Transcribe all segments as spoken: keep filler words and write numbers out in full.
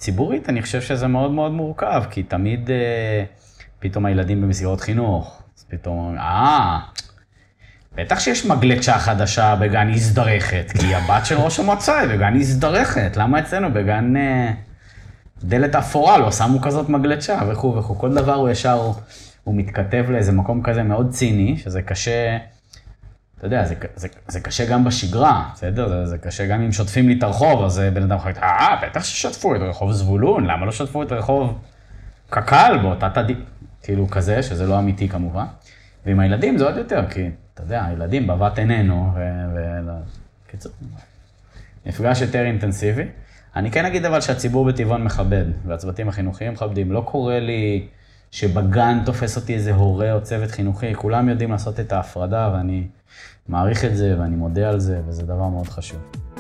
ציבורית אני חושב שזה מאוד מאוד מורכב, כי תמיד אה, פתאום הילדים במסגרות חינוך, אז פתאום, אה, בטח שיש מגלצ'ה חדשה בגן הזדרכת, כי הבת של ראש המועצה היא בגן הזדרכת, למה אצלנו בגן אה, דלת אפורה לא שמו כזאת מגלצ'ה וכו' וכו', כל דבר הוא ישר, הוא, הוא מתכתב לאיזה מקום כזה מאוד ציני, שזה קשה, אתה יודע, זה, זה, זה קשה גם בשגרה, בסדר? זה, זה קשה גם אם שוטפים לי את הרחוב, אז בן אדם חושב, אה, בטח ששטפו את רחוב זבולון, למה לא שטפו את רחוב קק"ל באותה תדי... כאילו כזה, שזה לא אמיתי כמובן. ועם הילדים זה עוד יותר, כי, אתה יודע, הילדים בבת עינינו, ו... ו... קיצור, מפגש יותר אינטנסיבי. אני כן אגיד אבל שהציבור בטבעון מכבד, והצוותים החינוכיים מכבדים. לא קורה לי שבגן תופס אותי איזה הורה או צוות חינוכי, כולם יודעים לעשות את ההפרדה, ואני מעריך את זה, ואני מודה על זה, וזה דבר מאוד חשוב.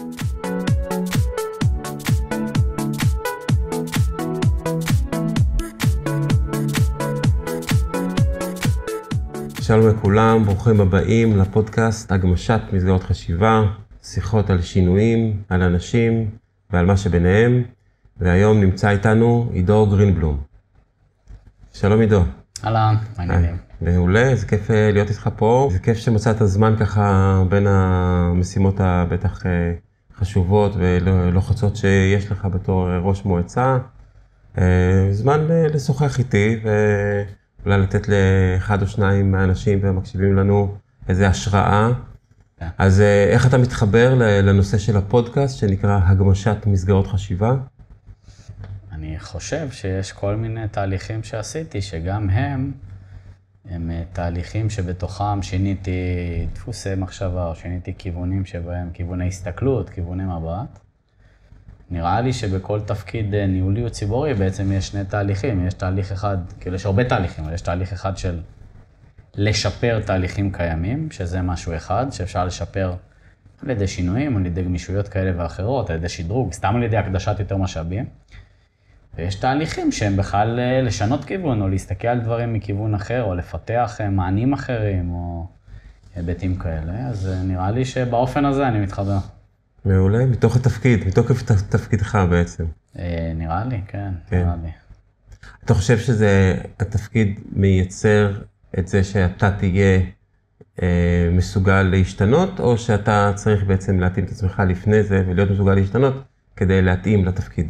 שלום לכולם, ברוכים הבאים לפודקאסט הגמשת מסגרות חשיבה, שיחות על שינויים, על אנשים ועל מה שביניהם, והיום נמצא איתנו עידו גרינבלום. שלום עידו. אהלן, מה העניינים? מעולה, זה כיף להיות איתך פה, זה כיף שמצאת הזמן ככה בין המשימות הבטח חשובות ולוחצות שיש לך בתור ראש מועצה, זמן לשוחח איתי ו... אולי לתת לאחד או שניים מהאנשים ומקשיבים לנו איזו השראה. Yeah. אז איך אתה מתחבר לנושא של הפודקאסט שנקרא הגמשת מסגרות חשיבה? אני חושב שיש כל מיני תהליכים שעשיתי, שגם הם, הם תהליכים שבתוכם שיניתי דפוסי מחשבה, או שיניתי כיוונים שבהם, כיווני הסתכלות, כיווני מבט. נראה לי שבכל תפקיד ניהולי או ציבורי בעצם יש שני תהליכים. יש תהליך אחד, כאילו יש הרבה תהליכים, אבל יש תהליך אחד של לשפר תהליכים קיימים, שזה משהו אחד, שאפשר לשפר על ידי שינויים, על ידי גמישויות כאלה ואחרות, על ידי שדרוג, סתם על ידי הקדשת יותר משאבים. ויש תהליכים שהם בכלל לשנות כיוון, או להסתכל על דברים מכיוון אחר, או לפתח מענים אחרים, או היבטים כאלה. אז נראה לי שבאופן הזה אני מתחבר. מעולה, מתוך התפקיד, מתוקף תפקידך בעצם. נראה לי, כן, נראה לי. אתה חושב שזה, התפקיד מייצר את זה שאתה תהיה מסוגל להשתנות, או שאתה צריך בעצם להתאים את עצמך לפני זה ולהיות מסוגל להשתנות כדי להתאים לתפקיד?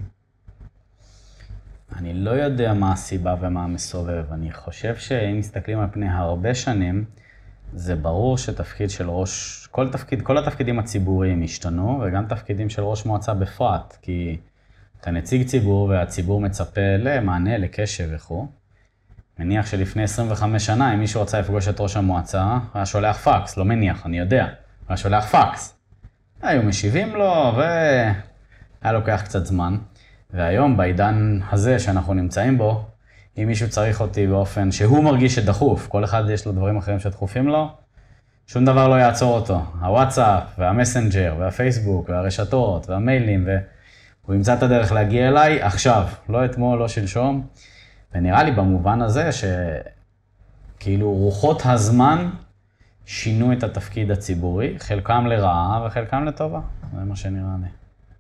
אני לא יודע מה הסיבה ומה המסובב. אני חושב שאם מסתכלים על פני הרבה שנים, זה ברור שתפקיד של ראש, כל תפקיד, כל התפקידים הציבוריים השתנו, וגם תפקידים של ראש מועצה בפרט, כי אתה נציג ציבור והציבור מצפה למענה, לקשב וכו'. מניח שלפני עשרים וחמש שנה, אם מישהו רוצה לפגוש את ראש המועצה, היה שולח פקס, לא מניח, אני יודע, היה שולח פקס. היו משיבים לו, והיה לוקח קצת זמן. והיום, בעידן הזה שאנחנו נמצאים בו, אם מישהו צריך אותי באופן שהוא מרגיש שדחוף, כל אחד יש לו דברים אחרים שדחופים לו, שום דבר לא יעצור אותו. הוואטסאפ והמסנג'ר והפייסבוק והרשתות והמיילים, והוא ימצא את הדרך להגיע אליי עכשיו, לא אתמול, לא שלשום. ונראה לי במובן הזה שכאילו רוחות הזמן שינו את התפקיד הציבורי, חלקם לרעה וחלקם לטובה. זה מה שנראה לי.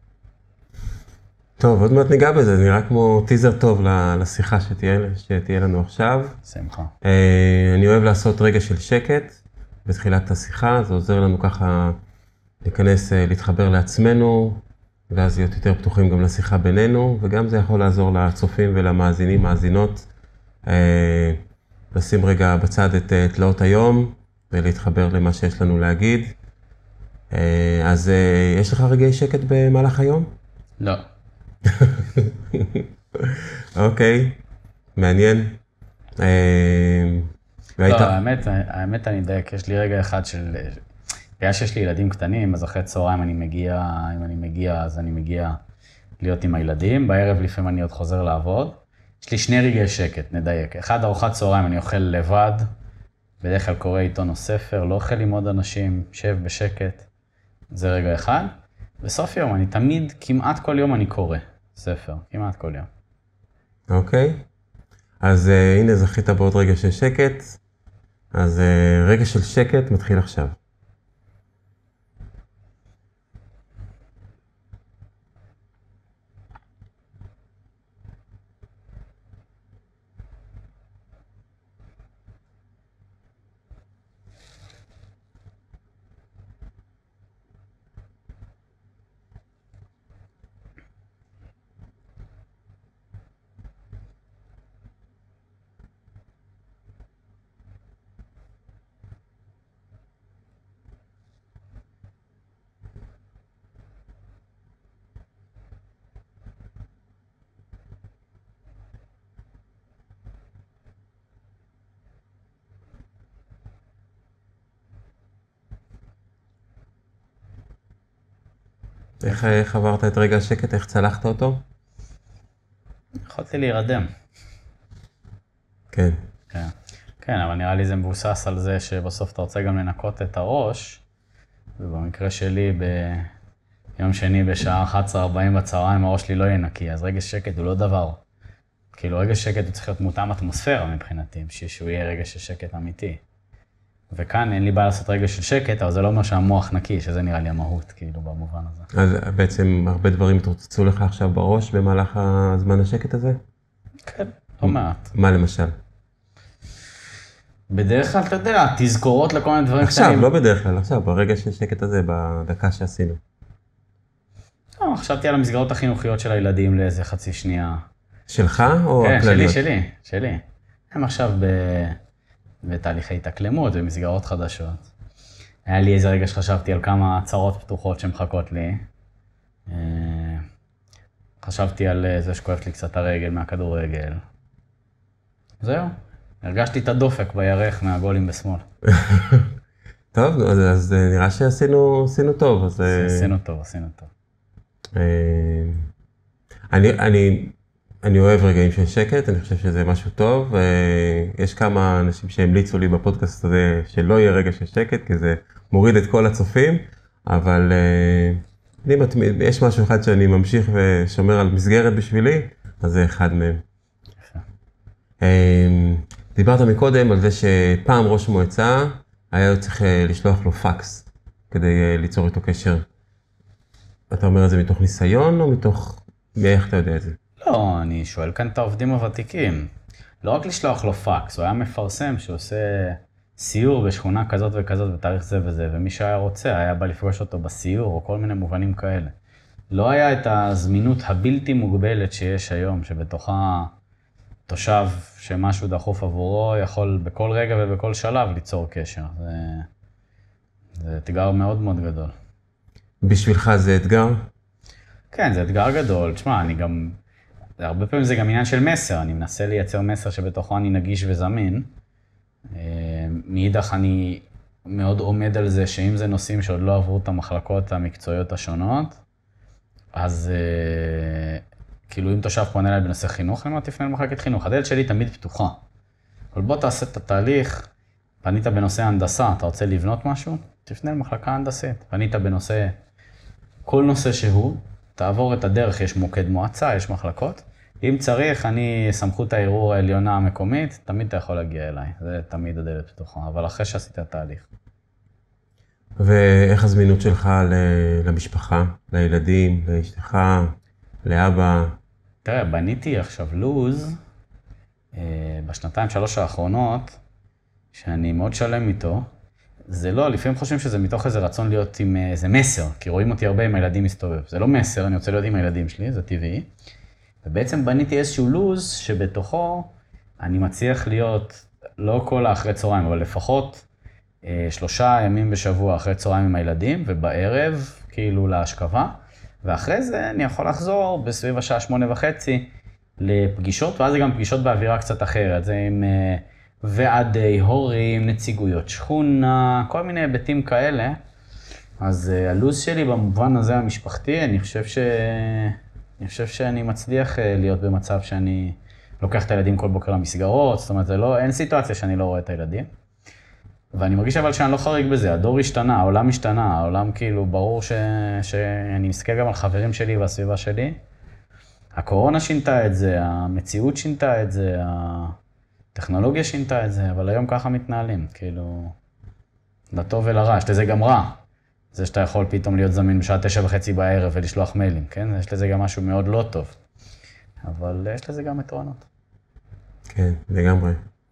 טוב, עוד מעט ניגע בזה, זה נראה כמו טיזר טוב לשיחה שתהיה, שתהיה לנו עכשיו. שמחה. אני אוהב לעשות רגע של שקט בתחילת השיחה, זה עוזר לנו ככה להיכנס, להתחבר לעצמנו, ואז להיות יותר פתוחים גם לשיחה בינינו, וגם זה יכול לעזור לצופים ולמאזינים, מאזינות, לשים רגע בצד את תלאות היום, ולהתחבר למה שיש לנו להגיד. אז יש לך רגעי שקט במהלך היום? לא. אוקיי, מעניין. לא, האמת, האמת אני אדייק, יש לי רגע אחד של, בגלל שיש לי ילדים קטנים, אז אחרי צהריים אני מגיע, אם אני מגיע, אז אני מגיע להיות עם הילדים, בערב לפעמים אני עוד חוזר לעבוד. יש לי שני רגעי שקט, נדייק. אחד, ארוחת צהריים אני אוכל לבד, בדרך כלל קורא עיתון או ספר, לא אוכל עם עוד אנשים, שב בשקט, זה רגע אחד. בסוף יום, אני תמיד, כמעט כל יום אני קורא ספר, כמעט כל יום. אוקיי, אז uh, הנה זכית בעוד רגע של שקט, אז uh, רגע של שקט מתחיל עכשיו. איך, איך עברת את רגע השקט, איך צלחת אותו? יכולתי להירדם. כן. כן. כן, אבל נראה לי זה מבוסס על זה שבסוף אתה רוצה גם לנקות את הראש, ובמקרה שלי ביום שני בשעה אחת עשרה ארבעים בצהריים הראש שלי לא יהיה נקי, אז רגע שקט הוא לא דבר. כאילו רגע שקט הוא צריך להיות מותאם אטמוספירה מבחינתי, בשביל שהוא יהיה רגע של שקט אמיתי. וכאן אין לי בעיה לעשות רגע של שקט, אבל זה לא אומר שהמוח נקי, שזה נראה לי המהות, כאילו, במובן הזה. אז בעצם הרבה דברים התרוצצו לך עכשיו בראש במהלך הזמן השקט הזה? כן, לא מעט. מה למשל? בדרך כלל, אתה יודע, תזכורות לכל מיני דברים עכשיו, קטנים. לא בדרך כלל, עכשיו, ברגע של שקט הזה, בדקה שעשינו. לא, חשבתי על המסגרות החינוכיות של הילדים לאיזה חצי שנייה. שלך או כן, הכלליות? שלי, שלי, שלי. הם עכשיו ב... בתהליכי התאקלמות ומסגרות חדשות. היה לי איזה רגע שחשבתי על כמה צרות פתוחות שמחכות לי. חשבתי על זה שכואבת לי קצת הרגל מהכדורגל. זהו. הרגשתי את הדופק בירך מהגולים בשמאל. טוב, אז, אז נראה שעשינו עשינו טוב. אז, עשינו טוב, עשינו טוב. אני, אני, אני אוהב רגעים של שקט, אני חושב שזה משהו טוב. יש כמה אנשים שהמליצו לי בפודקאסט הזה שלא יהיה רגע של שקט, כי זה מוריד את כל הצופים, אבל אני מתמיד, יש משהו אחד שאני ממשיך ושומר על מסגרת בשבילי, אז זה אחד מהם. דיברת מקודם על זה שפעם ראש מועצה היה צריך לשלוח לו פקס כדי ליצור איתו קשר. אתה אומר את זה מתוך ניסיון או מתוך... איך אתה יודע את זה? לא, אני שואל כאן את העובדים הוותיקים. לא רק לשלוח לו פקס, הוא היה מפרסם שעושה סיור בשכונה כזאת וכזאת בתאריך זה וזה, ומי שהיה רוצה היה בא לפגוש אותו בסיור או כל מיני מובנים כאלה. לא היה את הזמינות הבלתי מוגבלת שיש היום, שבתוכה תושב שמשהו דחוף עבורו יכול בכל רגע ובכל שלב ליצור קשר. זה, זה אתגר מאוד מאוד גדול. בשבילך זה אתגר? כן, זה אתגר גדול. תשמע, אני גם... הרבה פעמים זה גם עניין של מסר. אני מנסה לייצר מסר שבתוכו אני נגיש וזמין. מאידך אני מאוד עומד על זה שאם זה נושאים שעוד לא עברו את המחלקות המקצועיות השונות, אז כאילו אם תושב פונה אליי בנושא חינוך, אני אומר, תפנה למחלקת חינוך. הדלת שלי תמיד פתוחה. אבל בוא תעשה את התהליך, פנית בנושא הנדסה, אתה רוצה לבנות משהו? תפנה למחלקה הנדסית. פנית בנושא, כל נושא שהוא, תעבור את הדרך, יש מוקד מועצה, יש מחלקות. אם צריך, אני סמכות הערעור העליונה המקומית, תמיד אתה יכול להגיע אליי. זה תמיד הדלת פתוחה, אבל אחרי שעשית התהליך. ואיך הזמינות שלך למשפחה, לילדים, לאשתך, לאבא? תראה, בניתי עכשיו לוז, בשנתיים שלוש האחרונות, שאני מאוד שלם איתו. זה לא, לפעמים חושבים שזה מתוך איזה רצון להיות עם איזה מסר, כי רואים אותי הרבה עם הילדים מסתובב. זה לא מסר, אני רוצה להיות עם הילדים שלי, זה טבעי. ובעצם בניתי איזשהו לוז שבתוכו אני מצליח להיות, לא כל האחרי צהריים, אבל לפחות אה, שלושה ימים בשבוע אחרי צהריים עם הילדים, ובערב כאילו להשכבה. ואחרי זה אני יכול לחזור בסביב השעה שמונה וחצי לפגישות, ואז זה גם פגישות באווירה קצת אחרת. זה עם... אה, ועדי הורים, נציגויות שכונה, כל מיני היבטים כאלה. אז uh, הלוז שלי במובן הזה המשפחתי, אני חושב, ש... אני חושב שאני מצליח uh, להיות במצב שאני לוקח את הילדים כל בוקר למסגרות, זאת אומרת, זה לא, אין סיטואציה שאני לא רואה את הילדים. ואני מרגיש אבל שאני לא חריג בזה, הדור השתנה, העולם השתנה, העולם כאילו ברור ש... שאני מסתכל גם על חברים שלי והסביבה שלי. הקורונה שינתה את זה, המציאות שינתה את זה, ה... טכנולוגיה שינתה את זה, אבל היום ככה מתנהלים, כאילו, לטוב ולרע, יש לזה גם רע. זה שאתה יכול פתאום להיות זמין בשעה תשע וחצי בערב ולשלוח מיילים, כן? יש לזה גם משהו מאוד לא טוב, אבל יש לזה גם יתרונות. כן, לגמרי.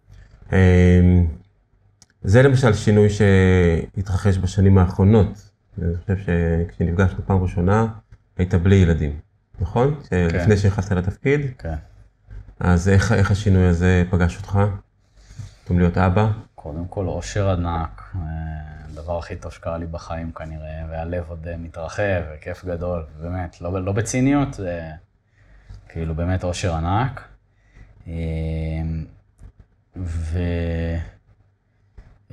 זה למשל שינוי שהתרחש בשנים האחרונות. אני חושב שכשנפגשנו פעם ראשונה, היית בלי ילדים, נכון? כן. לפני שנכנסת לתפקיד? כן. אז איך, איך השינוי הזה פגש אותך? פתאום להיות אבא? קודם כל, אושר ענק, הדבר הכי טוב שקרה לי בחיים כנראה, והלב עוד מתרחב, וכיף גדול, באמת, לא, לא בציניות, זה כאילו באמת אושר ענק.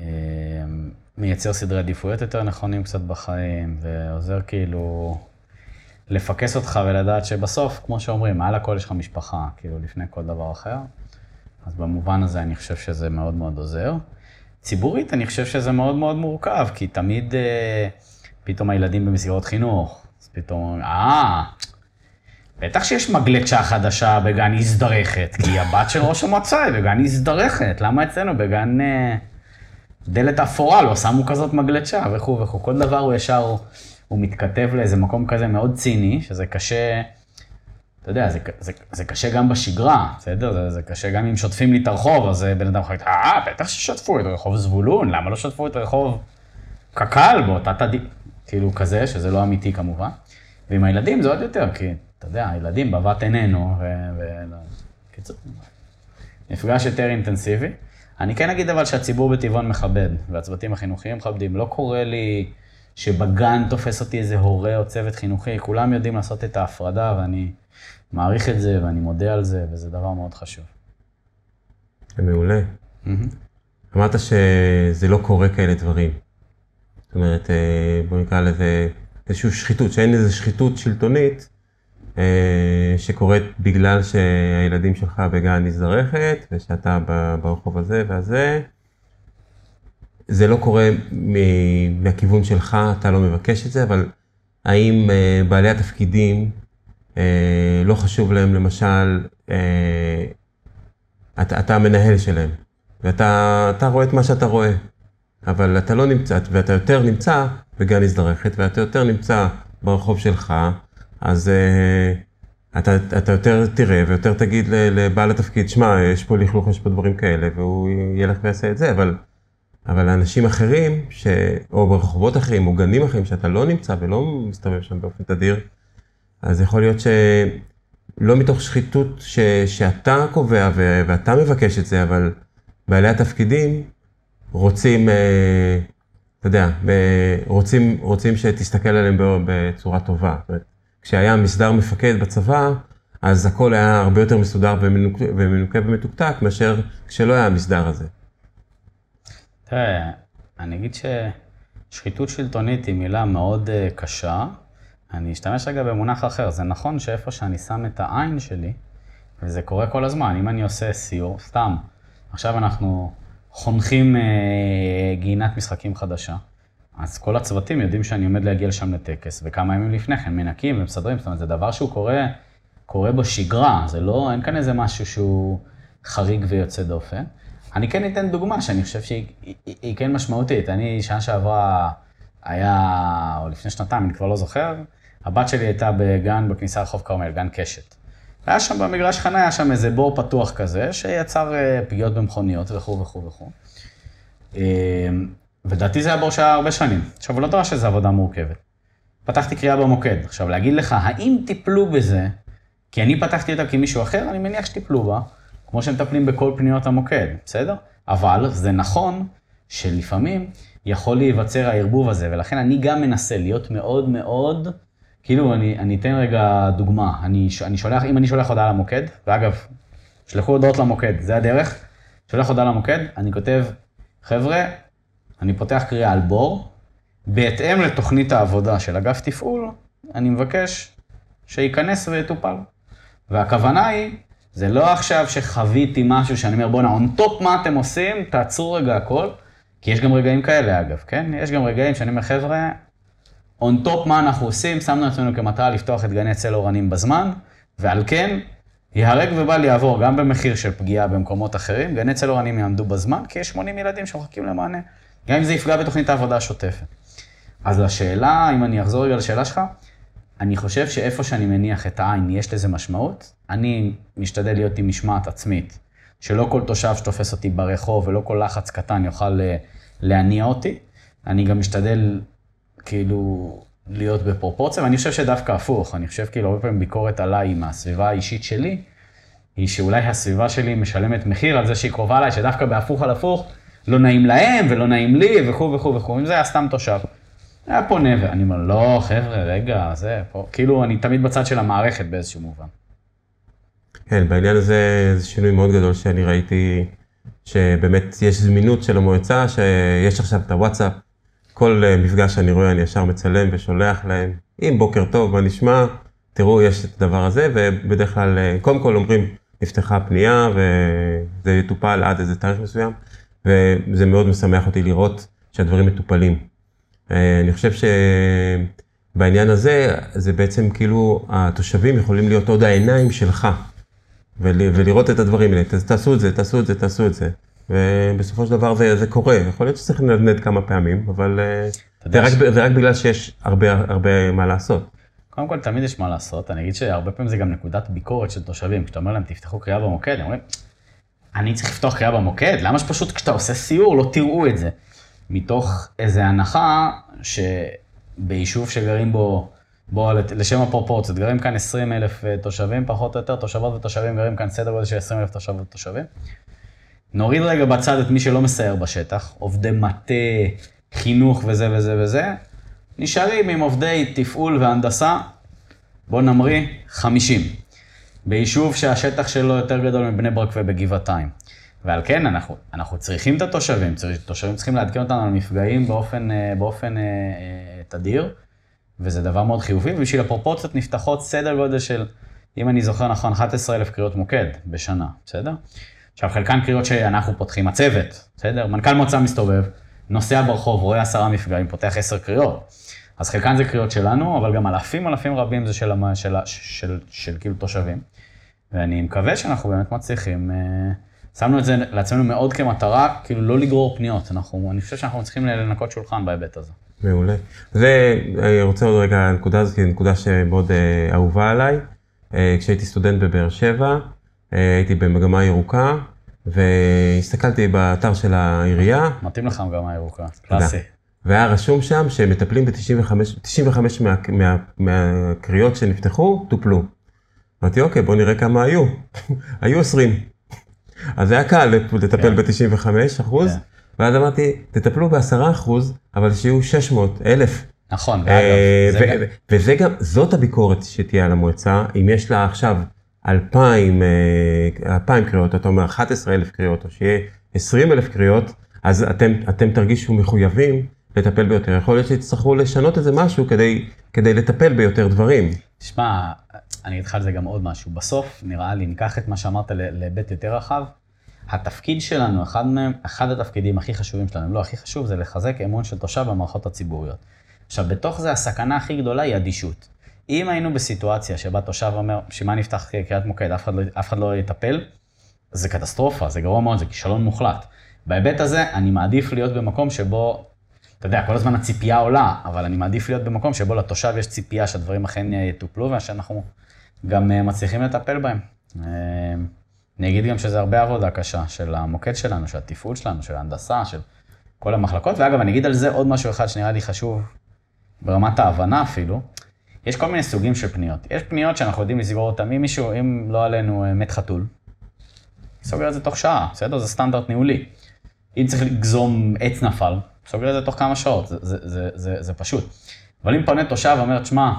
ומייצר סדרי עדיפויות יותר נכונים קצת בחיים, ועוזר כאילו לפקס אותך ולדעת שבסוף, כמו שאומרים, מעל הכל יש לך משפחה, כאילו לפני כל דבר אחר. אז במובן הזה אני חושב שזה מאוד מאוד עוזר. ציבורית אני חושב שזה מאוד מאוד מורכב, כי תמיד אה, פתאום הילדים במסגרות חינוך, אז פתאום, אה, בטח שיש מגלצ'ה חדשה בגן הזדרכת, כי הבת של ראש המועצה היא בגן הזדרכת, למה אצלנו בגן אה, דלת אפורה לא שמו כזאת מגלצ'ה וכו' וכו', כל דבר הוא ישר, הוא מתכתב לאיזה מקום כזה מאוד ציני, שזה קשה, אתה יודע, זה, זה, זה קשה גם בשגרה, בסדר? זה, זה קשה גם אם שוטפים לי את הרחוב, אז בן אדם יכול להגיד, אה, בטח ששוטפו את רחוב זבולון, למה לא שוטפו את רחוב קק"ל באותה תדיק? כאילו כזה, שזה לא אמיתי כמובן. ועם הילדים זה עוד יותר, כי, אתה יודע, הילדים בבת עינינו, ו... ו... קיצור, מפגש יותר אינטנסיבי. אני כן אגיד אבל שהציבור בטבעון מכבד, והצוותים החינוכיים מכבדים. לא קורה לי שבגן תופס אותי איזה הורה או צוות חינוכי, כולם יודעים לעשות את ההפרדה, ואני מעריך את זה, ואני מודה על זה, וזה דבר מאוד חשוב. זה מעולה. אמרת שזה לא קורה כאלה דברים. זאת אומרת, בוא נקרא לזה איזושהי שחיתות, שאין איזו שחיתות שלטונית, שקורית בגלל שהילדים שלך בגן הזדרכת, ושאתה ברחוב הזה והזה. זה לא קורה מהכיוון שלך, אתה לא מבקש את זה, אבל האם בעלי התפקידים, לא חשוב להם למשל, אתה, אתה המנהל שלהם, ואתה אתה רואה את מה שאתה רואה, אבל אתה לא נמצא, ואתה יותר נמצא בגן הזדרכת, ואתה יותר נמצא ברחוב שלך, אז אתה, אתה יותר תראה ויותר תגיד לבעל התפקיד, שמע, יש פה לכלוך, יש פה דברים כאלה, והוא ילך ויעשה את זה, אבל, אבל האנשים אחרים, ש, או ברחובות אחרים, או גנים אחרים, שאתה לא נמצא ולא מסתובב שם באופן תדיר, אז יכול להיות שלא מתוך שחיתות ש, שאתה קובע ו, ואתה מבקש את זה, אבל בעלי התפקידים רוצים, אתה יודע, רוצים, רוצים שתסתכל עליהם בצורה טובה. כשהיה מסדר מפקד בצבא, אז הכל היה הרבה יותר מסודר ומנוקה ומתוקתק, מאשר כשלא היה המסדר הזה. תראה, אני אגיד ששחיתות שלטונית היא מילה מאוד קשה. אני אשתמש רגע במונח אחר. זה נכון שאיפה שאני שם את העין שלי, וזה קורה כל הזמן. אם אני עושה סיור, סתם, עכשיו אנחנו חונכים אה, גינת משחקים חדשה, אז כל הצוותים יודעים שאני עומד להגיע לשם לטקס, וכמה ימים לפני כן מנקים ומסדרים, זאת אומרת, זה דבר שהוא קורה, קורה בשגרה, זה לא, אין כאן איזה משהו שהוא חריג ויוצא דופן. אני כן אתן דוגמה שאני חושב שהיא היא, היא כן משמעותית. אני שנה שעברה היה, או לפני שנתיים, אני כבר לא זוכר, הבת שלי הייתה בגן בכניסה רחוב כרמל, גן קשת. היה שם במגרש חניה, היה שם איזה בור פתוח כזה, שיצר פגיעות במכוניות וכו' וכו' וכו'. ודעתי זה היה בור שהיה הרבה שנים. עכשיו, לא דרש איזו עבודה מורכבת. פתחתי קריאה במוקד. עכשיו, להגיד לך, האם טיפלו בזה, כי אני פתחתי אותה כמישהו אחר, אני מניח שטיפלו בה, כמו שמטפלים בכל פניות המוקד, בסדר? אבל זה נכון שלפעמים יכול להיווצר הערבוב הזה, ולכן אני גם מנסה להיות מאוד מאוד, כאילו, אני, אני אתן רגע דוגמה. אני, אני שולח, אם אני שולח הודעה למוקד, ואגב, שלחו הודעות למוקד, זה הדרך, שולח הודעה למוקד, אני כותב, חבר'ה, אני פותח קריאה על בור, בהתאם לתוכנית העבודה של אגף תפעול, אני מבקש שייכנס ויטופל. והכוונה היא, זה לא עכשיו שחוויתי משהו שאני אומר, בוא נעון טופ מה אתם עושים, תעצרו רגע הכל, כי יש גם רגעים כאלה אגב, כן? יש גם רגעים שאני אומר, חבר'ה, on top מה אנחנו עושים, שמנו עצמנו כמטרה לפתוח את גני צל אורנים בזמן, ועל כן, יהרג ובל יעבור גם במחיר של פגיעה במקומות אחרים, גני צל אורנים יעמדו בזמן, כי יש שמונים ילדים שמחכים למענה, גם אם זה יפגע בתוכנית העבודה השוטפת. אז לשאלה, אם אני אחזור רגע לשאלה שלך, אני חושב שאיפה שאני מניח את העין יש לזה משמעות, אני משתדל להיות עם משמעת עצמית, שלא כל תושב שתופס אותי ברחוב ולא כל לחץ קטן יוכל להניע אותי, אני גם משתדל כאילו להיות בפרופורציה, ואני חושב שדווקא הפוך, אני חושב כאילו הרבה פעמים ביקורת עליי עם הסביבה האישית שלי, היא שאולי הסביבה שלי משלמת מחיר על זה שהיא קרובה עליי, שדווקא בהפוך על הפוך, לא נעים להם ולא נעים לי וכו' וכו' וכו', אם זה היה סתם תושב. היה פונה ואני אומר, לא חבר'ה, רגע, זה פה, כאילו אני תמיד בצד של המערכת באיזשהו מובן. כן, בעניין הזה זה שינוי מאוד גדול שאני ראיתי, שבאמת יש זמינות של המועצה, שיש עכשיו את הוואטסאפ, כל מפגש שאני רואה אני ישר מצלם ושולח להם, אם בוקר טוב, מה נשמע, תראו, יש את הדבר הזה, ובדרך כלל, קודם כל אומרים, נפתחה פנייה, וזה יטופל עד איזה תאריך מסוים, וזה מאוד משמח אותי לראות שהדברים מטופלים. אני חושב שבעניין הזה, זה בעצם כאילו, התושבים יכולים להיות עוד העיניים שלך, ולראות את הדברים האלה, תעשו את זה, תעשו את זה, תעשו את זה. ובסופו של דבר זה, זה קורה, יכול להיות שצריך לנדנד כמה פעמים, אבל זה רק, זה רק בגלל שיש הרבה, הרבה מה לעשות. קודם כל, תמיד יש מה לעשות. אני אגיד שהרבה פעמים זה גם נקודת ביקורת של תושבים. כשאתה אומר להם, תפתחו קריאה במוקד, הם אומרים, אני צריך לפתוח קריאה במוקד? למה שפשוט כשאתה עושה סיור לא תראו את זה? מתוך איזו הנחה שביישוב שגרים בו, בו לשם הפרופורציות, גרים כאן עשרים אלף תושבים, פחות או יותר, תושבות ותושבים גרים כאן סדר גודל של עשרים אלף תושבות ותושבים. נוריד רגע בצד את מי שלא מסייר בשטח, עובדי מטה, חינוך וזה וזה וזה, נשארים עם עובדי תפעול והנדסה, בוא נמריא, חמישים. ביישוב שהשטח שלו יותר גדול מבני ברק ובגבעתיים. ועל כן אנחנו, אנחנו צריכים את התושבים, תושבים צריכים לעדכן אותנו על מפגעים באופן, באופן אה, אה, תדיר, וזה דבר מאוד חיובי, ובשביל הפרופורציות נפתחות סדר גודל של, אם אני זוכר נכון, אחת עשרה אלף קריאות מוקד בשנה, בסדר? עכשיו, חלקן קריאות שאנחנו פותחים, הצוות, בסדר? מנכ"ל מועצה מסתובב, נוסע ברחוב, רואה עשרה מפגעים, פותח עשר קריאות. אז חלקן זה קריאות שלנו, אבל גם אלפים אלפים רבים זה של, של, של, של, של כאילו תושבים. ואני מקווה שאנחנו באמת מצליחים, שמנו את זה לעצמנו מאוד כמטרה, כאילו לא לגרור פניות. אנחנו, אני חושב שאנחנו צריכים לנקות שולחן בהיבט הזה. מעולה. זה, אני רוצה עוד רגע, הנקודה הזאת, כי זו נקודה שמאוד אהובה עליי. כשהייתי סטודנט בבאר שבע, הייתי במגמה ירוקה, והסתכלתי באתר של העירייה. מתאים לך מגמה ירוקה, קלאסי. והיה רשום שם שמטפלים ב-תשעים וחמש מה, מה, מהקריאות שנפתחו, טופלו. אמרתי, אוקיי, בוא נראה כמה היו. היו עשרים. אז זה היה קל לטפל ב-תשעים וחמישה אחוז, ואז אמרתי, תטפלו ב-עשרה אחוז, אבל שיהיו שש מאות אלף. נכון, ואגב. וזה גם, זאת הביקורת שתהיה על המועצה, אם יש לה עכשיו אלפיים, אלפיים קריאות, אתה אומר אחת עשרה אלף קריאות, או שיהיה עשרים אלף קריאות, אז אתם, אתם תרגישו מחויבים לטפל ביותר. יכול להיות שתצטרכו לשנות איזה משהו כדי, כדי לטפל ביותר דברים. תשמע, אני אגיד לך על זה גם עוד משהו. בסוף, נראה לי, ניקח את מה שאמרת לבית יותר רחב. התפקיד שלנו, אחד מהם, אחד התפקידים הכי חשובים שלנו, לא הכי חשוב, זה לחזק אמון של תושב במערכות הציבוריות. עכשיו, בתוך זה הסכנה הכי גדולה היא אדישות. אם היינו בסיטואציה שבה תושב אומר, שמה נפתח קריאת מוקד, אף אחד לא, אף אחד לא יטפל, זה קטסטרופה, זה גרוע מאוד, זה כישלון מוחלט. בהיבט הזה, אני מעדיף להיות במקום שבו, אתה יודע, כל הזמן הציפייה עולה, אבל אני מעדיף להיות במקום שבו לתושב יש ציפייה שהדברים אכן יטופלו, ושאנחנו גם מצליחים לטפל בהם. אני אגיד גם שזה הרבה עבודה קשה של המוקד שלנו, של התפעול שלנו, של ההנדסה, של כל המחלקות, ואגב, אני אגיד על זה עוד משהו אחד שנראה לי חשוב, ברמת ההבנה אפילו. יש כל מיני סוגים של פניות. יש פניות שאנחנו יודעים לסגור אותם, אם מישהו, אם לא עלינו מת חתול, סוגר את זה תוך שעה, בסדר? זה סטנדרט ניהולי. אם צריך לגזום עץ נפל, סוגר את זה תוך כמה שעות, זה, זה, זה, זה, זה פשוט. אבל אם פונה תושב ואומר, תשמע,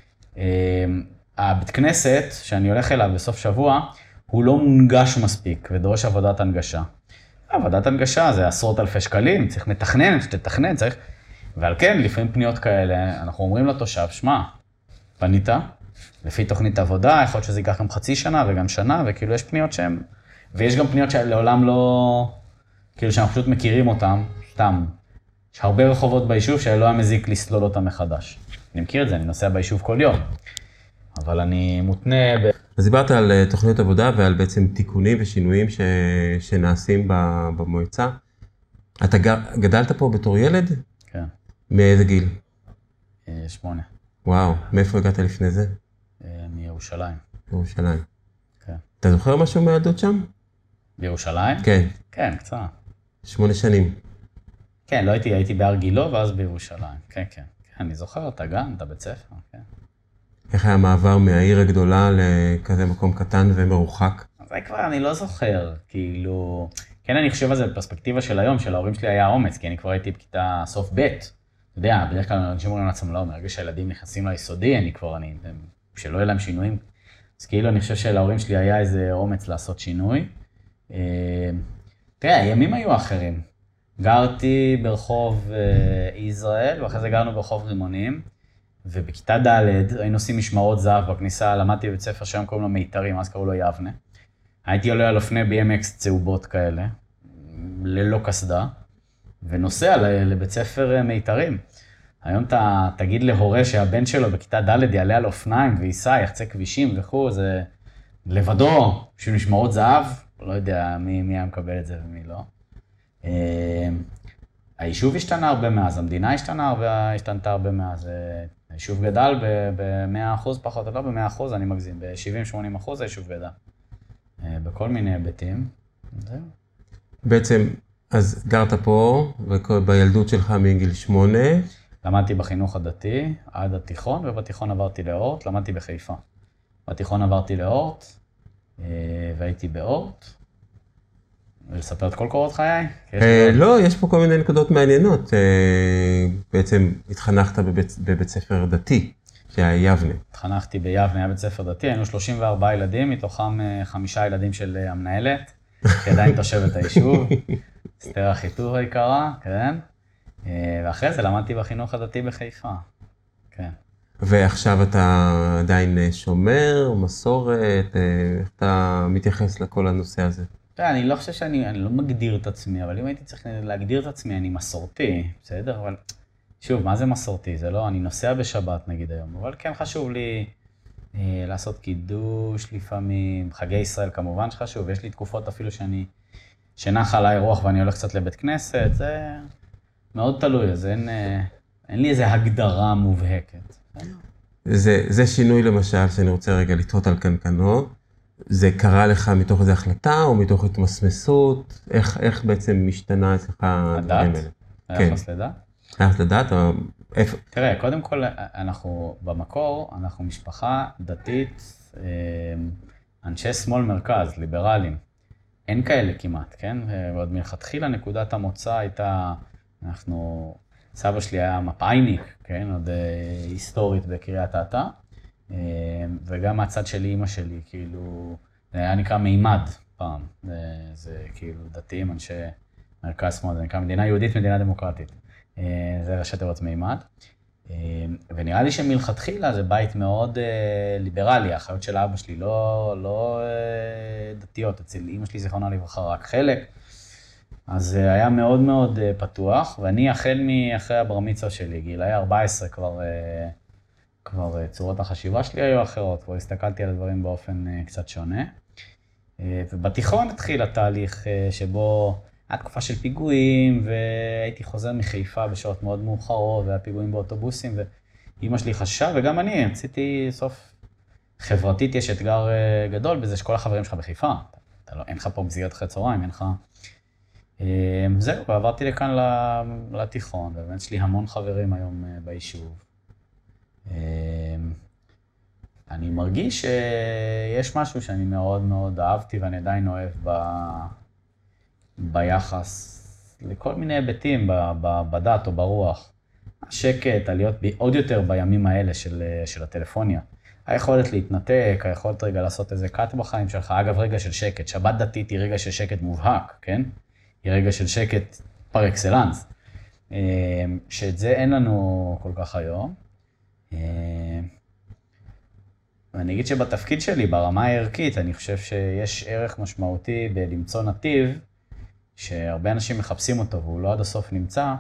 הבית כנסת שאני הולך אליו בסוף שבוע, הוא לא מונגש מספיק ודורש עבודת הנגשה. עבודת הנגשה זה עשרות אלפי שקלים, צריך מתכנן, שתתכנן, צריך... ועל כן, לפעמים פניות כאלה, אנחנו אומרים לתושב, שמע, פנית, לפי תוכנית עבודה, יכול להיות שזה ייקח גם חצי שנה וגם שנה, וכאילו יש פניות שהן... ויש גם פניות שלעולם לא... כאילו שאנחנו פשוט מכירים אותם, סתם. יש הרבה רחובות ביישוב שלא היה מזיק לסלול אותם מחדש. אני מכיר את זה, אני נוסע ביישוב כל יום. אבל אני מותנה ב... אז דיברת על תוכניות עבודה ועל בעצם תיקונים ושינויים ש... שנעשים במועצה. אתה גדלת פה בתור ילד? כן. מאיזה גיל? שמונה. וואו, מאיפה הגעת לפני זה? מירושלים. מירושלים. כן. אתה זוכר משהו מהילדות שם? בירושלים? כן. כן, קצת. שמונה שנים. כן, לא הייתי, הייתי בהר גילו ואז בירושלים. כן, כן. כן, אני זוכר את הגן, את הבית ספר, כן. איך היה המעבר מהעיר הגדולה לכזה מקום קטן ומרוחק? זה כבר אני לא זוכר, כאילו... כן, אני חושב על זה בפרספקטיבה של היום, של ההורים שלי היה אומץ, כי אני כבר הייתי בכיתה סוף ב'. אתה יודע, בדרך כלל אנשים אומרים לעצמם, לא, מרגע שהילדים נכנסים ליסודי, אני כבר, אני... שלא יהיה להם שינויים. אז כאילו, אני חושב שלהורים שלי היה איזה אומץ לעשות שינוי. תראה, הימים היו אחרים. גרתי ברחוב ישראל, ואחרי זה גרנו ברחוב רימונים. ובכיתה ד' היינו עושים משמרות זהב בכניסה, למדתי בבית ספר שהיום קוראים לו מיתרים, אז קראו לו יבנה. הייתי עולה על אופני בי אם אקס צהובות כאלה, ללא קסדה, ונוסע לבית ספר מיתרים. היום אתה תגיד להורה שהבן שלו בכיתה ד' יעלה על אופניים וייסע, יחצה כבישים וכו', זה לבדו, בשביל משמרות זהב, לא יודע מי, מי היה מקבל את זה ומי לא. היישוב השתנה הרבה מאז, המדינה השתנה הרבה, השתנתה הרבה מאז. היישוב גדל ב-מאה אחוז פחות, לא ב-מאה אחוז, אני מגזים, ב-שבעים שמונים אחוז היישוב גדל. בכל מיני היבטים. זהו. בעצם, אז גרת פה, ובילדות שלך מגיל שמונה. למדתי בחינוך הדתי עד התיכון, ובתיכון עברתי לאורט, למדתי בחיפה. בתיכון עברתי לאורט, והייתי באורט. ולספר את כל קורות חיי? לא, יש פה כל מיני נקודות מעניינות. בעצם התחנכת בבית ספר דתי, שהיה יבנה. התחנכתי ביבנה, היה בית ספר דתי, היינו שלושים וארבעה ילדים, מתוכם חמישה ילדים של המנהלת, שעדיין תושבת היישוב, אסתר אחיטוב היקרה, כן? ואחרי זה למדתי בחינוך הדתי בחיפה, כן. ועכשיו אתה עדיין שומר, מסורת, איך אתה מתייחס לכל הנושא הזה? אני לא חושב שאני, אני לא מגדיר את עצמי, אבל אם הייתי צריך להגדיר את עצמי, אני מסורתי, בסדר? אבל שוב, מה זה מסורתי? זה לא, אני נוסע בשבת נגיד היום, אבל כן חשוב לי אה, לעשות קידוש לפעמים, חגי ישראל כמובן שחשוב, יש לי תקופות אפילו שאני, שנח עליי רוח ואני הולך קצת לבית כנסת, זה מאוד תלוי, אז אין, אה, אין לי איזו הגדרה מובהקת. זה, זה שינוי למשל שאני רוצה רגע לתהות על קנקנו. זה קרה לך מתוך איזו החלטה או מתוך התמסמסות? איך, איך בעצם משתנה אצלך הדברים האלה? היחס לדת? היחס לדת או איפה? תראה, קודם כל אנחנו במקור, אנחנו משפחה דתית, אנשי שמאל מרכז, ליברלים. אין כאלה כמעט, כן? ועוד מלכתחילה נקודת המוצא הייתה, אנחנו, סבא שלי היה מפאיניק, כן? עוד היסטורית בקריית אתא. וגם מהצד שלי, אמא שלי, כאילו, זה היה נקרא מימד פעם. זה, זה כאילו דתיים, אנשי מרכז שמאל, זה נקרא מדינה יהודית, מדינה דמוקרטית. זה ראשי תיבות מימד. ונראה לי שמלכתחילה זה בית מאוד ליברלי, האחיות של אבא שלי לא, לא דתיות, אצל אמא שלי זיכרונה לברכה רק חלק. אז זה היה מאוד מאוד פתוח, ואני החל מאחרי הבר מצווה שלי, גילאי ארבע עשרה כבר... כבר צורות החשיבה שלי היו אחרות, כבר הסתכלתי על הדברים באופן קצת שונה. ובתיכון התחיל התהליך שבו היה תקופה של פיגועים, והייתי חוזר מחיפה בשעות מאוד מאוחרות, והיה פיגועים באוטובוסים, ואמא שלי חששה, וגם אני, רציתי סוף חברתית, יש אתגר גדול בזה שכל החברים שלך בחיפה. אתה לא, אין לך פה מסגרת אחרי צהריים, אין לך... זהו, ועברתי לכאן לתיכון, ובאמת יש לי המון חברים היום ביישוב. אני מרגיש שיש משהו שאני מאוד מאוד אהבתי ואני עדיין אוהב ב... ביחס לכל מיני היבטים בדת או ברוח. השקט, להיות עוד יותר בימים האלה של, של הטלפוניה. היכולת להתנתק, היכולת רגע לעשות איזה קאט בחיים שלך. אגב, רגע של שקט. שבת דתית היא רגע של שקט מובהק, כן? היא רגע של שקט פר אקסלנס. שאת זה אין לנו כל כך היום. ואני אגיד שבתפקיד שלי, ברמה הערכית, אני חושב שיש ערך משמעותי בלמצוא נתיב, שהרבה אנשים מחפשים אותו והוא לא עד הסוף נמצא,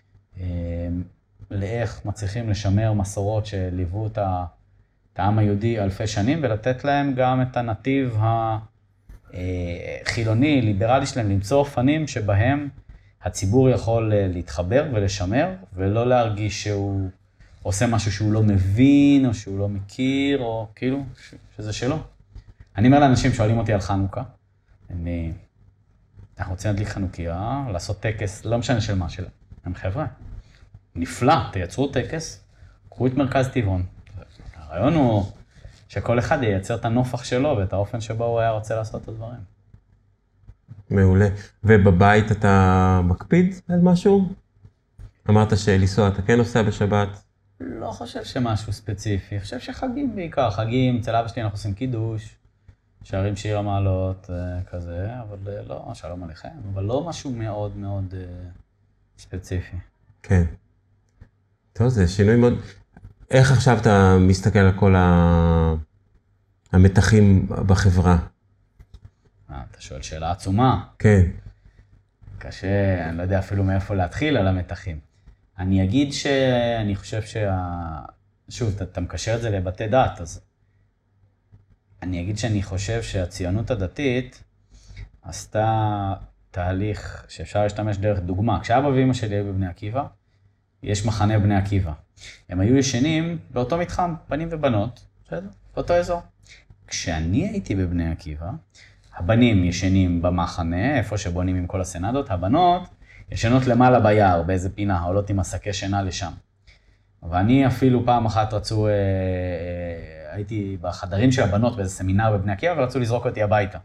לאיך מצליחים לשמר מסורות שליוו את העם היהודי אלפי שנים, ולתת להם גם את הנתיב החילוני, ליברלי שלהם, למצוא אופנים שבהם הציבור יכול להתחבר ולשמר, ולא להרגיש שהוא עושה משהו שהוא לא מבין, או שהוא לא מכיר, או כאילו, שזה שלו. אני אומר לאנשים שואלים אותי על חנוכה, אני, אנחנו רוצים להדליק חנוכיה, לעשות טקס, לא משנה של מה שלה. הם חבר'ה, נפלא, תייצרו טקס, קחו את מרכז טבעון. הרעיון הוא שכל אחד ייצר את הנופח שלו, ואת האופן שבו הוא היה רוצה לעשות את הדברים. מעולה. ובבית אתה מקפיד על משהו? אמרת שלנסוע אתה כן נוסע בשבת? לא חושב שמשהו ספציפי, חושב שחגים בעיקר, חגים, אצל אבא שלי אנחנו עושים קידוש, שרים שיר המעלות כזה, אבל לא, שלום עליכם, אבל לא משהו מאוד מאוד ספציפי. כן. טוב, זה שינוי מאוד... איך עכשיו אתה מסתכל על כל ה... המתחים בחברה? אה, אתה שואל שאלה עצומה. כן. קשה, אני לא יודע אפילו מאיפה להתחיל על המתחים. אני אגיד שאני חושב שה... שוב, אתה, אתה מקשר את זה לבתי דת, אז אני אגיד שאני חושב שהציונות הדתית עשתה תהליך שאפשר להשתמש דרך דוגמה. כשאבא ואמא שלי היו בבני עקיבא, יש מחנה בני עקיבא. הם היו ישנים באותו מתחם, בנים ובנות, בסדר? באותו אזור. כשאני הייתי בבני עקיבא, הבנים ישנים במחנה, איפה שבונים עם כל הסנדות, הבנות ישנות למעלה ביער, באיזה פינה, עולות עם עסקי שינה לשם. ואני אפילו פעם אחת רצו, אה, אה, הייתי בחדרים של הבנות באיזה סמינר בבני עקיבא, ורצו לזרוק אותי הביתה.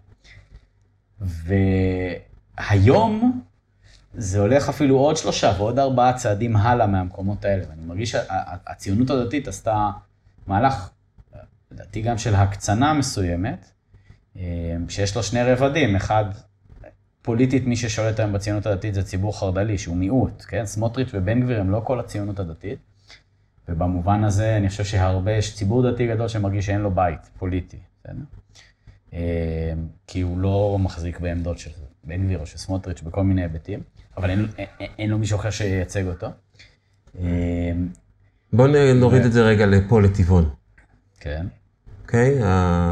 והיום זה הולך אפילו עוד שלושה ועוד ארבעה צעדים הלאה מהמקומות האלה. ואני מרגיש שהציונות הדתית עשתה מהלך, לדעתי גם של הקצנה מסוימת, שיש לו שני רבדים. אחד, פוליטית מי ששולט היום בציונות הדתית זה ציבור חרד"לי, שהוא מיעוט, כן? סמוטריץ' ובן גביר הם לא כל הציונות הדתית. ובמובן הזה אני חושב שהרבה, יש ציבור דתי גדול שמרגיש שאין לו בית פוליטי, בסדר? כי הוא לא מחזיק בעמדות של בן גביר או של סמוטריץ' בכל מיני היבטים, אבל אין, אין, אין לו מישהו אחר שייצג אותו. בואו נוריד ו... את זה רגע לפה לטבעון. כן. אוקיי?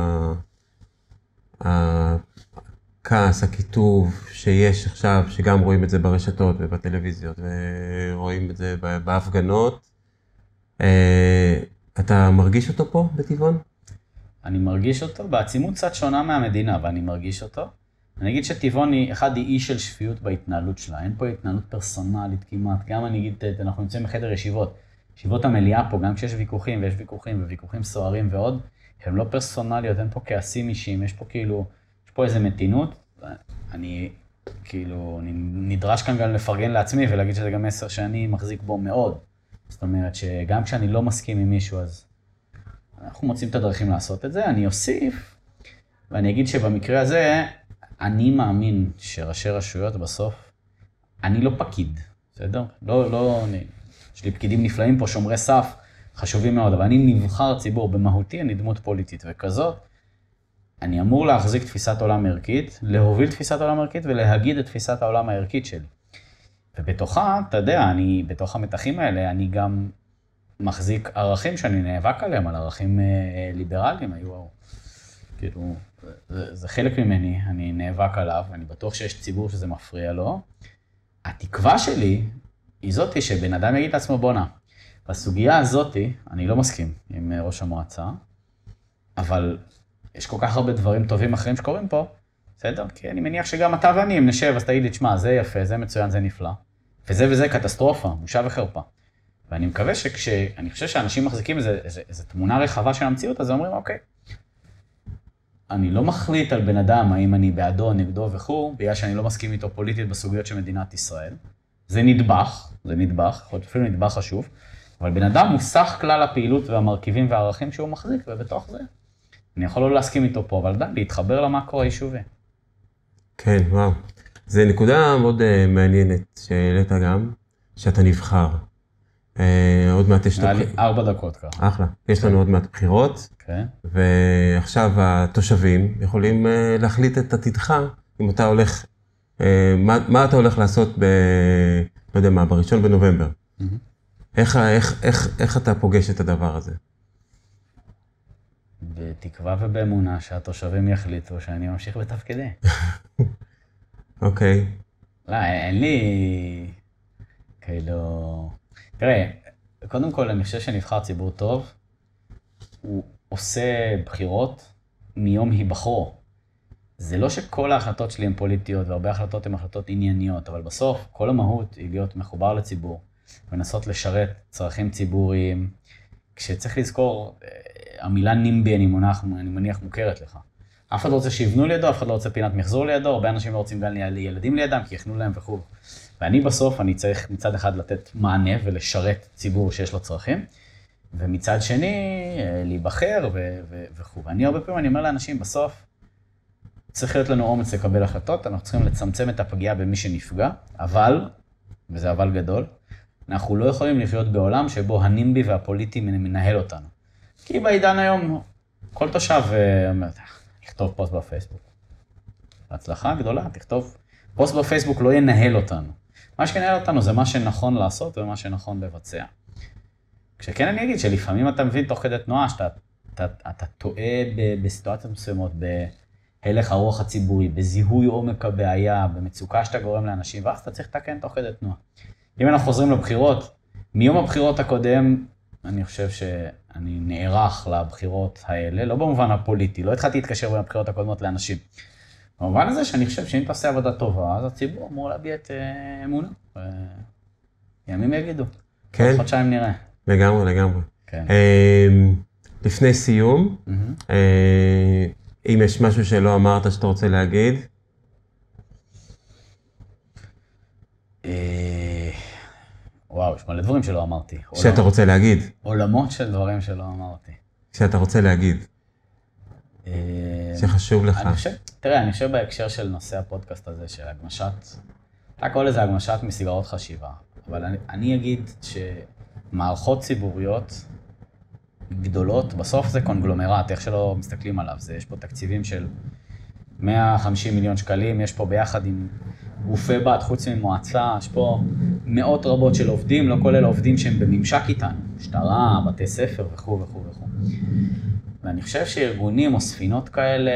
הכעס, הכיתוב שיש עכשיו, שגם רואים את זה ברשתות ובטלוויזיות, ורואים את זה בהפגנות, אתה מרגיש אותו פה בטבעון? אני מרגיש אותו בעצימות קצת שונה מהמדינה, ואני מרגיש אותו. אני אגיד שטבעון היא, אחד היא אי של שפיות בהתנהלות שלה. אין פה התנהלות פרסונלית כמעט. גם אני אגיד, אנחנו נמצאים בחדר ישיבות. ישיבות המליאה פה, גם כשיש ויכוחים, ויש ויכוחים, וויכוחים סוערים ועוד, הם לא פרסונליות, אין פה כעסים אישיים, יש פה כאילו, יש פה איזו מתינות. אני כאילו, אני נדרש כאן גם לפרגן לעצמי, ולהגיד שזה גם מסר שאני מחזיק בו מאוד. זאת אומרת שגם כשאני לא מסכים עם מישהו, אז אנחנו מוצאים את הדרכים לעשות את זה. אני אוסיף, ואני אגיד שבמקרה הזה, אני מאמין שראשי רשויות בסוף, אני לא פקיד, בסדר? לא, לא, אני, יש לי פקידים נפלאים פה, שומרי סף, חשובים מאוד, אבל אני נבחר ציבור במהותי, אני דמות פוליטית וכזאת. אני אמור להחזיק תפיסת עולם ערכית, להוביל תפיסת עולם ערכית ולהגיד את תפיסת העולם הערכית שלי. ובתוכה, אתה יודע, אני, בתוך המתחים האלה, אני גם מחזיק ערכים שאני נאבק עליהם, על ערכים אה, ליברליים, היו, כאילו, זה, זה חלק ממני, אני נאבק עליו, ואני בטוח שיש ציבור שזה מפריע לו. התקווה שלי היא זאתי שבן אדם יגיד לעצמו, בונה, בסוגיה הזאתי, אני לא מסכים עם ראש המועצה, אבל יש כל כך הרבה דברים טובים אחרים שקורים פה, בסדר? כי אני מניח שגם אתה ואני, אם נשב, אז תגיד לי, תשמע, זה יפה, זה מצוין, זה נפלא, וזה וזה קטסטרופה, בושה וחרפה. ואני מקווה שכשאני חושב שאנשים מחזיקים איזו, איזו, איזו תמונה רחבה של המציאות, אז הם אומרים, אוקיי, אני לא מחליט על בן אדם, האם אני בעדו, נגדו וכו', בגלל שאני לא מסכים איתו פוליטית בסוגיות של מדינת ישראל. זה נדבך, זה נדבך, יכול להיות אפילו נדבך חשוב, אבל בן אדם הוא סך כלל הפעילות והמרכיבים והערכים שהוא מחזיק, ובתוך זה אני יכול לא להסכים איתו פה, אבל די, להתחבר למקרו היישובי. כן, וואו. זה נקודה מאוד uh, מעניינת שהעלית גם, שאתה נבחר. Uh, עוד מעט יש... היה לי ארבע דקות ככה. אחלה. יש לנו עוד מעט בחירות, כן. ועכשיו התושבים יכולים uh, להחליט את עתידך, אם אתה הולך, uh, מה, מה אתה הולך לעשות ב... לא יודע מה, בראשון בנובמבר. Mm-hmm. איך, איך, איך, איך אתה פוגש את הדבר הזה? בתקווה ובאמונה שהתושבים יחליטו שאני ממשיך בתפקידי. אוקיי. לא, אין לי... כאילו... תראה, קודם כל אני חושב שנבחר ציבור טוב, הוא עושה בחירות מיום היבחרו. זה לא שכל ההחלטות שלי הן פוליטיות, והרבה החלטות הן החלטות ענייניות, אבל בסוף כל המהות היא להיות מחובר לציבור, ונסות לשרת צרכים ציבוריים, כשצריך לזכור, המילה נימבי אני מניח, אני מניח מוכרת לך. אף אחד לא רוצה שיבנו לידו, אף אחד לא רוצה פינת מחזור לידו, הרבה אנשים לא רוצים גם לילדים לידם, כי יכנו להם וכו'. ואני בסוף, אני צריך מצד אחד לתת מענה ולשרת ציבור שיש לו צרכים, ומצד שני, להיבחר וכו'. ואני הרבה פעמים, אני אומר לאנשים, בסוף, צריך להיות לנו אומץ לקבל החלטות, אנחנו צריכים לצמצם את הפגיעה במי שנפגע, אבל, וזה אבל גדול, אנחנו לא יכולים לחיות בעולם שבו הנימבי והפוליטי מנהל אותנו. כי בעידן היום, כל תושב אומר, תכתוב פוסט בפייסבוק. בהצלחה גדולה, תכתוב. פוסט בפייסבוק לא ינהל אותנו. מה שינהל אותנו זה מה שנכון לעשות ומה שנכון לבצע. כשכן אני אגיד שלפעמים אתה מבין תוך כדי תנועה שאתה אתה, אתה טועה בסיטואציות מסוימות, בהלך הרוח הציבורי, בזיהוי עומק הבעיה, במצוקה שאתה גורם לאנשים, ואז אתה צריך לתקן תוך כדי תנועה. אם אנחנו חוזרים לבחירות, מיום הבחירות הקודם, אני חושב שאני נערך לבחירות האלה, לא במובן הפוליטי, לא התחלתי להתקשר בין הבחירות הקודמות לאנשים. במובן הזה שאני חושב שאם תעשה עבודה טובה, אז הציבור אמור להביע את אמונה. ימים יגידו. כן. חודשיים נראה. לגמרי, לגמרי. כן. לפני סיום, אם יש משהו שלא אמרת שאתה רוצה להגיד? וואו, יש מלא דברים שלא אמרתי. שאתה רוצה להגיד. עולמות של דברים שלא אמרתי. שאתה רוצה להגיד. שחשוב לך. אני חושב, תראה, אני חושב בהקשר של נושא הפודקאסט הזה, של הגמשת, אתה קורא לזה הגמשת מסגרות חשיבה, אבל אני, אני אגיד שמערכות ציבוריות גדולות, בסוף זה קונגלומרט, איך שלא מסתכלים עליו, זה, יש פה תקציבים של מאה וחמישים מיליון שקלים, יש פה ביחד עם גופי בת, חוץ ממועצה, יש פה מאות רבות של עובדים, לא כולל עובדים שהם בממשק איתנו, משטרה, בתי ספר וכו' וכו' וכו'. ואני חושב שארגונים או ספינות כאלה,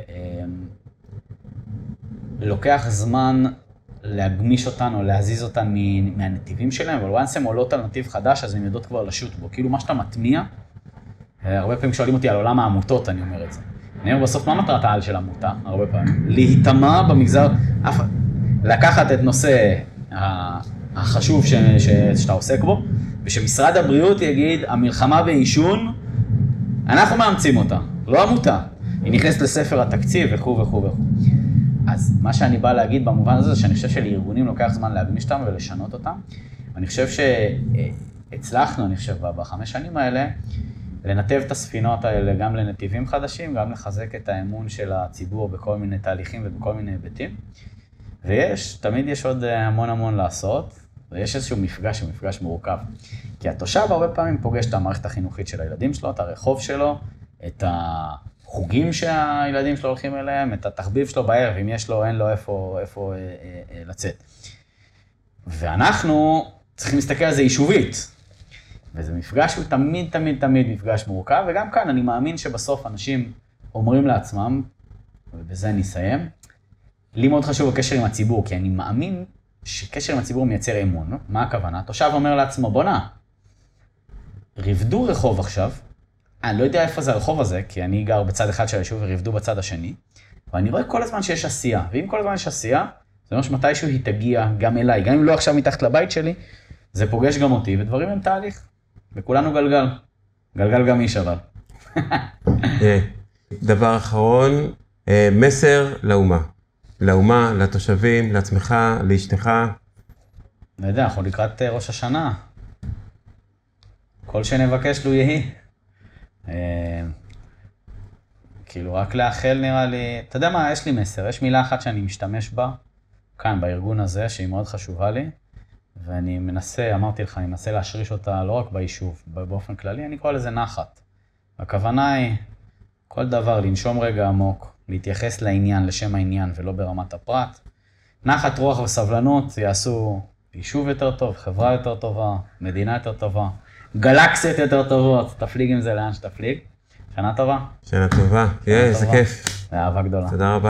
לוקח זמן להגמיש אותן או להזיז אותן מהנתיבים שלהם, אבל once הן עולות על נתיב חדש, אז הן יודעות כבר לשוט בו. כאילו מה שאתה מטמיע, הרבה פעמים שואלים אותי על עולם העמותות, אני אומר את זה. אני אומר בסוף, מה מטרת העל של עמותה? הרבה פעמים. להיטמע במגזר, לקחת את נושא החשוב ש... ש... שאתה עוסק בו, ושמשרד הבריאות יגיד, המלחמה בעישון, אנחנו מאמצים אותה, לא עמותה. היא נכנסת לספר התקציב וכו' וכו' וכו'. אז מה שאני בא להגיד במובן הזה, זה שאני חושב שלארגונים לוקח זמן להגמיש אותם ולשנות אותם. אני חושב שהצלחנו, אני חושב, בחמש שנים האלה, לנתב את הספינות האלה גם לנתיבים חדשים, גם לחזק את האמון של הציבור בכל מיני תהליכים ובכל מיני היבטים. ויש, תמיד יש עוד המון המון לעשות, ויש איזשהו מפגש, הוא מפגש מורכב. כי התושב הרבה פעמים פוגש את המערכת החינוכית של הילדים שלו, את הרחוב שלו, את החוגים שהילדים שלו הולכים אליהם, את התחביב שלו בערב, אם יש לו, אין לו איפה, איפה אה, אה, לצאת. ואנחנו צריכים להסתכל על זה יישובית. וזה מפגש שהוא תמיד, תמיד, תמיד מפגש מורכב, וגם כאן אני מאמין שבסוף אנשים אומרים לעצמם, ובזה אני אסיים, לי מאוד חשוב הקשר עם הציבור, כי אני מאמין שקשר עם הציבור מייצר אמון. מה הכוונה? תושב אומר לעצמו, בוא נע, רבדו רחוב עכשיו, אני לא יודע איפה זה הרחוב הזה, כי אני גר בצד אחד של היישוב ורבדו בצד השני, ואני רואה כל הזמן שיש עשייה, ואם כל הזמן יש עשייה, זה אומר שמתישהו היא תגיע גם אליי, גם אם לא עכשיו מתחת לבית שלי, זה פוגש גם אותי, ודברים הם תהליך, וכולנו גלגל, גלגל גם איש אבל. דבר אחרון, מסר לאומה. לאומה, לתושבים, לעצמך, לאשתך. לא יודע, אנחנו לקראת ראש השנה. כל שנבקש לו יהי. כאילו, רק לאחל נראה לי, אתה יודע מה, יש לי מסר, יש מילה אחת שאני משתמש בה, כאן, בארגון הזה, שהיא מאוד חשובה לי, ואני מנסה, אמרתי לך, אני מנסה להשריש אותה לא רק ביישוב, באופן כללי, אני קורא לזה נחת. הכוונה היא, כל דבר, לנשום רגע עמוק, להתייחס לעניין, לשם העניין, ולא ברמת הפרט. נחת רוח וסבלנות יעשו יישוב יותר טוב, חברה יותר טובה, מדינה יותר טובה, גלקסיות יותר טובות, תפליג עם זה לאן שתפליג. שנה טובה. שנה טובה, איזה כיף. ואהבה גדולה. תודה רבה.